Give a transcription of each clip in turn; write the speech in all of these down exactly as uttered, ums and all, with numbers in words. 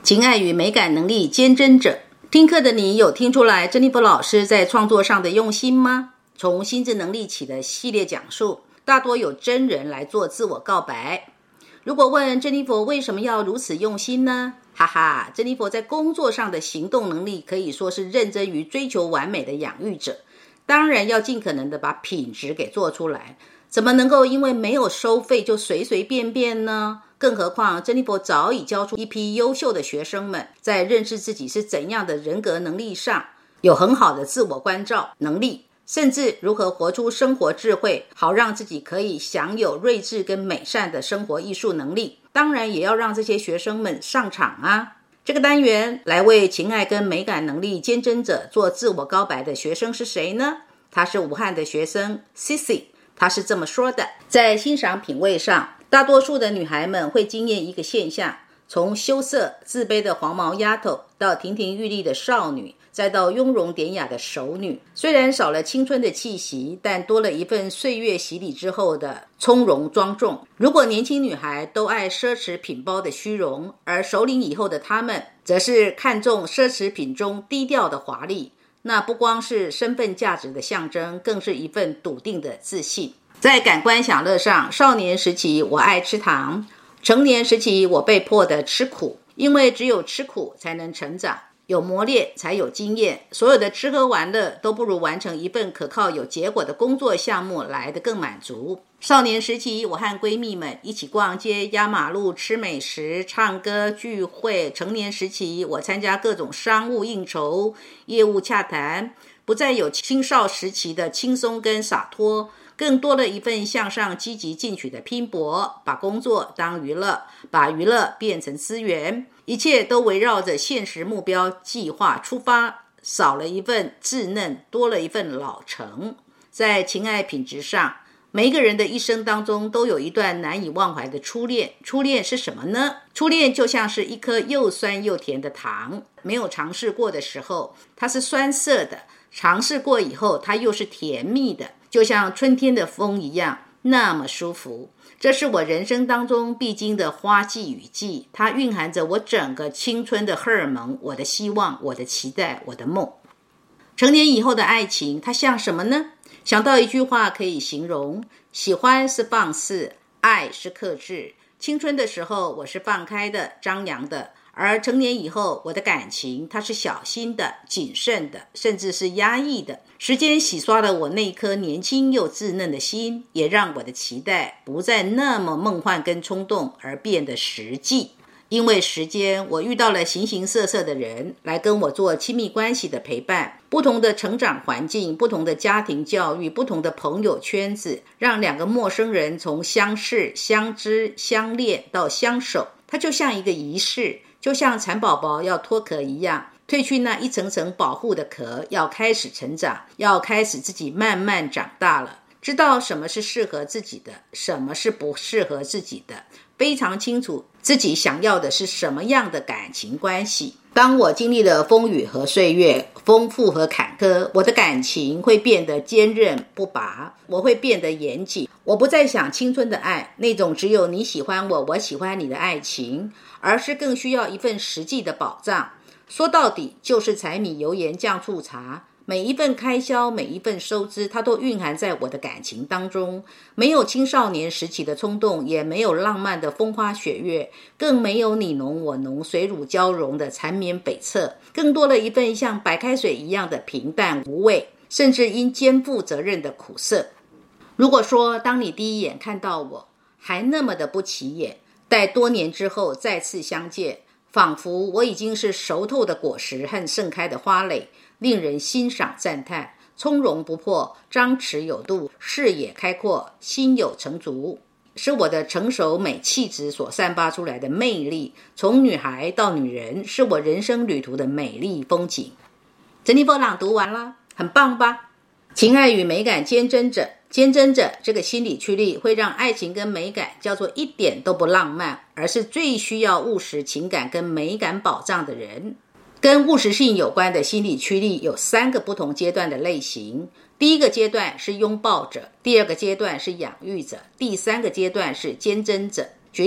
情爱与美感能力坚贞者。听课的你有听出来珍妮佛老师在创作上的用心吗？从心智能力起的系列讲述，大多有真人来做自我告白。如果问珍妮佛为什么要如此用心呢？哈哈，珍妮佛在工作上的行动能力可以说是认真于追求完美的养育者，当然要尽可能的把品质给做出来，怎么能够因为没有收费就随随便便呢？更何况珍妮佛早已教出一批优秀的学生们，在认识自己是怎样的人格能力上有很好的自我关照能力，甚至如何活出生活智慧，好让自己可以享有睿智跟美善的生活艺术能力。当然也要让这些学生们上场啊。这个单元来为情爱跟美感能力坚贞者做自我告白的学生是谁呢？他是武汉的学生 Sissy， 他是这么说的：在欣赏品味上，大多数的女孩们会惊艳一个现象，从羞涩自卑的黄毛丫头到亭亭玉立的少女，再到雍容典雅的熟女，虽然少了青春的气息，但多了一份岁月洗礼之后的从容庄重。如果年轻女孩都爱奢侈品包的虚荣，而熟龄以后的她们则是看重奢侈品中低调的华丽，那不光是身份价值的象征，更是一份笃定的自信。在感官享乐上，少年时期我爱吃糖，成年时期我被迫的吃苦，因为只有吃苦才能成长，有磨练才有经验，所有的吃喝玩乐都不如完成一份可靠有结果的工作项目来得更满足。少年时期我和闺蜜们一起逛街、压马路、吃美食、唱歌、聚会。成年时期我参加各种商务应酬、业务洽谈，不再有青少时期的轻松跟洒脱，更多了一份向上积极进取的拼搏，把工作当娱乐，把娱乐变成资源，一切都围绕着现实目标计划出发，少了一份稚嫩，多了一份老成。在情爱品质上，每一个人的一生当中都有一段难以忘怀的初恋。初恋是什么呢？初恋就像是一颗又酸又甜的糖，没有尝试过的时候它是酸涩的，尝试过以后它又是甜蜜的，就像春天的风一样，那么舒服。这是我人生当中必经的花季雨季，它蕴含着我整个青春的荷尔蒙，我的希望，我的期待，我的梦。成年以后的爱情，它像什么呢？想到一句话可以形容：喜欢是放肆，爱是克制。青春的时候我是放开的、张扬的，而成年以后我的感情它是小心的、谨慎的，甚至是压抑的。时间洗刷了我那颗年轻又稚嫩的心，也让我的期待不再那么梦幻跟冲动，而变得实际。因为时间，我遇到了形形色色的人来跟我做亲密关系的陪伴，不同的成长环境，不同的家庭教育，不同的朋友圈子，让两个陌生人从相识、相知、相恋到相守，它就像一个仪式，就像蚕宝宝要脱壳一样，褪去那一层层保护的壳，要开始成长，要开始自己慢慢长大了，知道什么是适合自己的，什么是不适合自己的，非常清楚自己想要的是什么样的感情关系。当我经历了风雨和岁月，丰富和坎坷，我的感情会变得坚韧不拔，我会变得严谨，我不再想青春的爱，那种只有你喜欢我，我喜欢你的爱情，而是更需要一份实际的保障。说到底就是柴米油盐酱醋茶，每一份开销，每一份收支，它都蕴含在我的感情当中。没有青少年时期的冲动，也没有浪漫的风花雪月，更没有你侬我侬水乳交融的缠绵悱恻，更多了一份像白开水一样的平淡无味，甚至因肩负责任的苦涩。如果说当你第一眼看到我还那么的不起眼，待多年之后再次相见，仿佛我已经是熟透的果实和盛开的花蕾，令人欣赏赞叹，从容不迫，张弛有度，视野开阔，心有成竹，是我的成熟美气质所散发出来的魅力。从女孩到女人，是我人生旅途的美丽风景。珍妮佛朗读完了，很棒吧？情爱与美感坚贞者，坚贞者这个心理驱力会让爱情跟美感叫做一点都不浪漫，而是最需要务实情感跟美感保障的人。跟务实性有关的心理驱力有三个不同阶段的类型。第一个阶段是拥抱者，第二个阶段是养育者，第三个阶段是坚贞者。举例，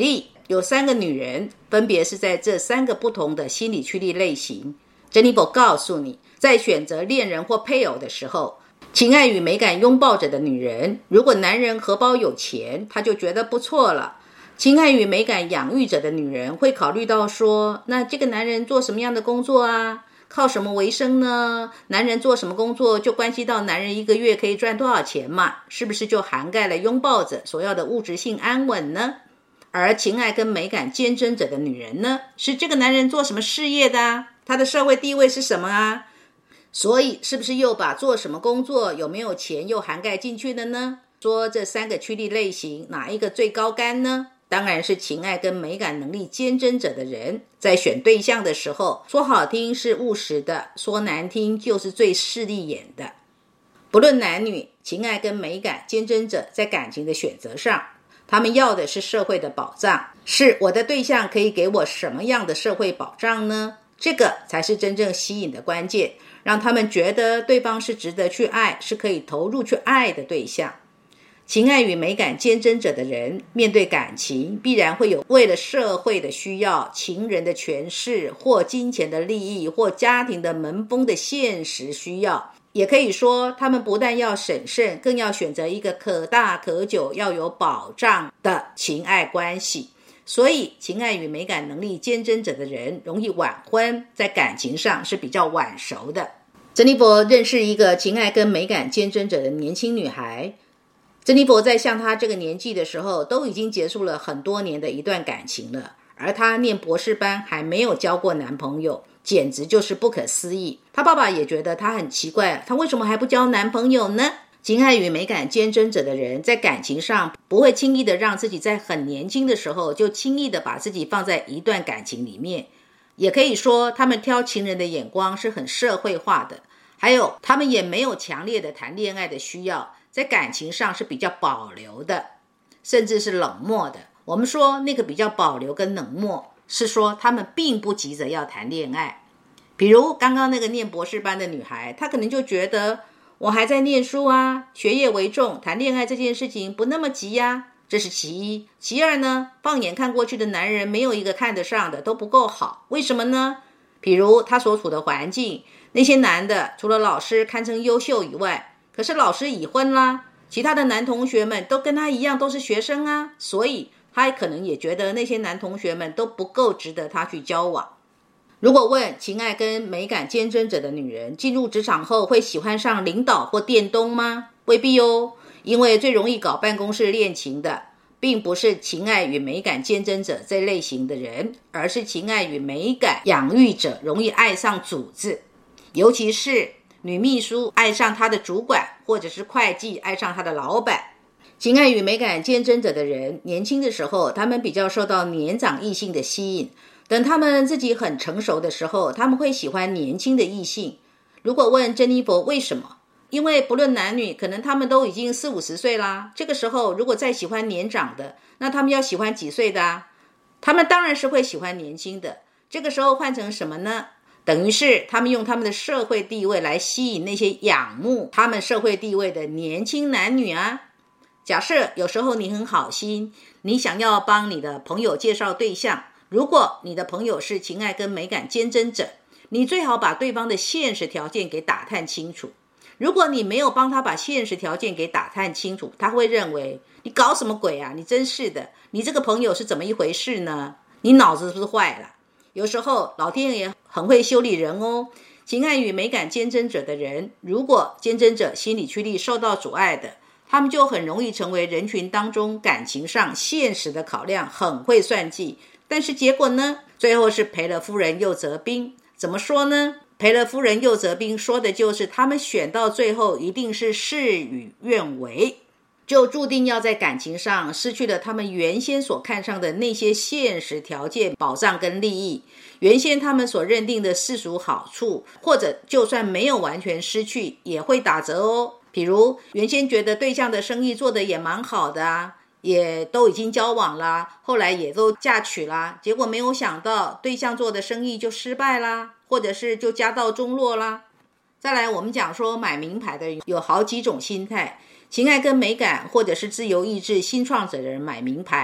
有三个女人，分别是在这三个不同的心理驱力类型。珍妮佛告诉你，在选择恋人或配偶的时候，情爱与美感拥抱着的女人，如果男人荷包有钱，她就觉得不错了。情爱与美感养育者的女人会考虑到说，那这个男人做什么样的工作啊？靠什么为生呢？男人做什么工作就关系到男人一个月可以赚多少钱嘛，是不是就涵盖了拥抱者所要的物质性安稳呢？而情爱跟美感坚贞者的女人呢，是这个男人做什么事业的啊？他的社会地位是什么啊？所以是不是又把做什么工作有没有钱又涵盖进去了呢？说这三个驱力类型哪一个最高竿呢？当然是情爱跟美感能力坚贞者的人，在选对象的时候，说好听是务实的，说难听就是最势利眼的。不论男女，情爱跟美感坚贞者在感情的选择上，他们要的是社会的保障，是我的对象可以给我什么样的社会保障呢？这个才是真正吸引的关键，让他们觉得对方是值得去爱，是可以投入去爱的对象。情爱与美感坚贞者的人，面对感情必然会有为了社会的需要、情人的权势，或金钱的利益，或家庭的门风的现实需要。也可以说，他们不但要审慎，更要选择一个可大可久、要有保障的情爱关系。所以情爱与美感能力坚贞者的人容易晚婚，在感情上是比较晚熟的。珍妮佛认识一个情爱跟美感坚贞者的年轻女孩，珍妮佛在像她这个年纪的时候，都已经结束了很多年的一段感情了，而她念博士班还没有交过男朋友，简直就是不可思议。她爸爸也觉得她很奇怪，她为什么还不交男朋友呢？情爱与美感坚贞者的人，在感情上不会轻易的让自己在很年轻的时候就轻易的把自己放在一段感情里面。也可以说，他们挑情人的眼光是很社会化的，还有他们也没有强烈的谈恋爱的需要，在感情上是比较保留的，甚至是冷漠的。我们说那个比较保留跟冷漠，是说他们并不急着要谈恋爱。比如刚刚那个念博士班的女孩，她可能就觉得我还在念书啊，学业为重，谈恋爱这件事情不那么急呀，这是其一。其二呢，放眼看过去的男人没有一个看得上的，都不够好。为什么呢？比如他所处的环境，那些男的除了老师堪称优秀以外，可是老师已婚啦，其他的男同学们都跟他一样都是学生啊，所以他可能也觉得那些男同学们都不够值得他去交往。如果问情爱跟美感坚贞者的女人进入职场后会喜欢上领导或店东吗？未必哦，因为最容易搞办公室恋情的并不是情爱与美感坚贞者这类型的人，而是情爱与美感养育者容易爱上组织，尤其是女秘书爱上她的主管，或者是会计爱上她的老板。情爱与美感坚贞者的人，年轻的时候他们比较受到年长异性的吸引，等他们自己很成熟的时候，他们会喜欢年轻的异性。如果问珍妮佛为什么，因为不论男女，可能他们都已经四五十岁啦，这个时候如果再喜欢年长的，那他们要喜欢几岁的啊？他们当然是会喜欢年轻的。这个时候换成什么呢？等于是他们用他们的社会地位来吸引那些仰慕他们社会地位的年轻男女啊。假设有时候你很好心，你想要帮你的朋友介绍对象，如果你的朋友是情爱跟美感坚贞者，你最好把对方的现实条件给打探清楚。如果你没有帮他把现实条件给打探清楚，他会认为你搞什么鬼啊，你真是的，你这个朋友是怎么一回事呢？你脑子是不是坏了？有时候老天爷很会修理人哦。情爱与美感坚贞者的人，如果坚贞者心理驱力受到阻碍的，他们就很容易成为人群当中感情上现实的考量，很会算计，但是结果呢，最后是赔了夫人又折兵。怎么说呢？赔了夫人又折兵，说的就是他们选到最后一定是事与愿违，就注定要在感情上失去了他们原先所看上的那些现实条件、保障跟利益，原先他们所认定的世俗好处，或者就算没有完全失去，也会打折哦。比如原先觉得对象的生意做得也蛮好的啊，也都已经交往啦，后来也都嫁娶啦，结果没有想到对象做的生意就失败啦，或者是就家道中落啦。再来我们讲说买名牌的人有好几种心态，情爱跟美感或者是自由意志新创者的人买名牌，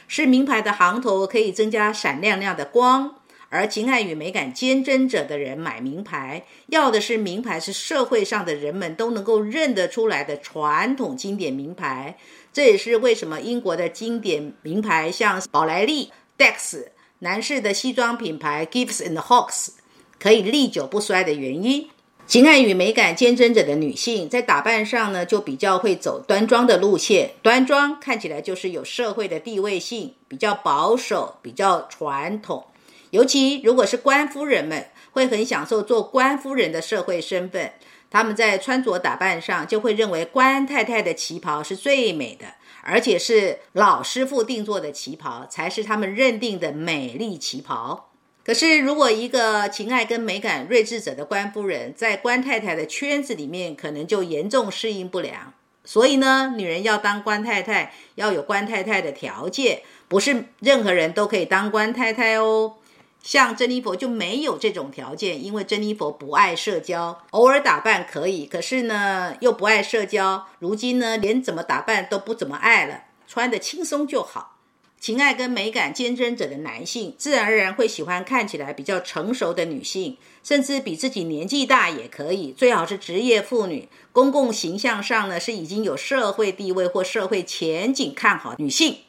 是名牌的行头可以增加闪亮亮的光，而情爱与美感坚贞者的人买名牌，要的是名牌是社会上的人们都能够认得出来的传统经典名牌。这也是为什么英国的经典名牌像宝莱丽、Dex， 男士的西装品牌 Gibbs and Hawkes 可以历久不衰的原因。情爱与美感坚贞者的女性在打扮上呢，就比较会走端庄的路线。端庄看起来就是有社会的地位性，比较保守，比较传统。尤其如果是官夫人们，会很享受做官夫人的社会身份，他们在穿着打扮上就会认为官太太的旗袍是最美的，而且是老师傅定做的旗袍才是他们认定的美丽旗袍。可是如果一个情爱跟美感睿智者的官夫人在官太太的圈子里面，可能就严重适应不良。所以呢，女人要当官太太要有官太太的条件，不是任何人都可以当官太太哦。像珍妮佛就没有这种条件，因为珍妮佛不爱社交，偶尔打扮可以，可是呢又不爱社交，如今呢连怎么打扮都不怎么爱了，穿得轻松就好。情爱跟美感坚贞者的男性自然而然会喜欢看起来比较成熟的女性，甚至比自己年纪大也可以，最好是职业妇女，公共形象上呢是已经有社会地位或社会前景看好女性。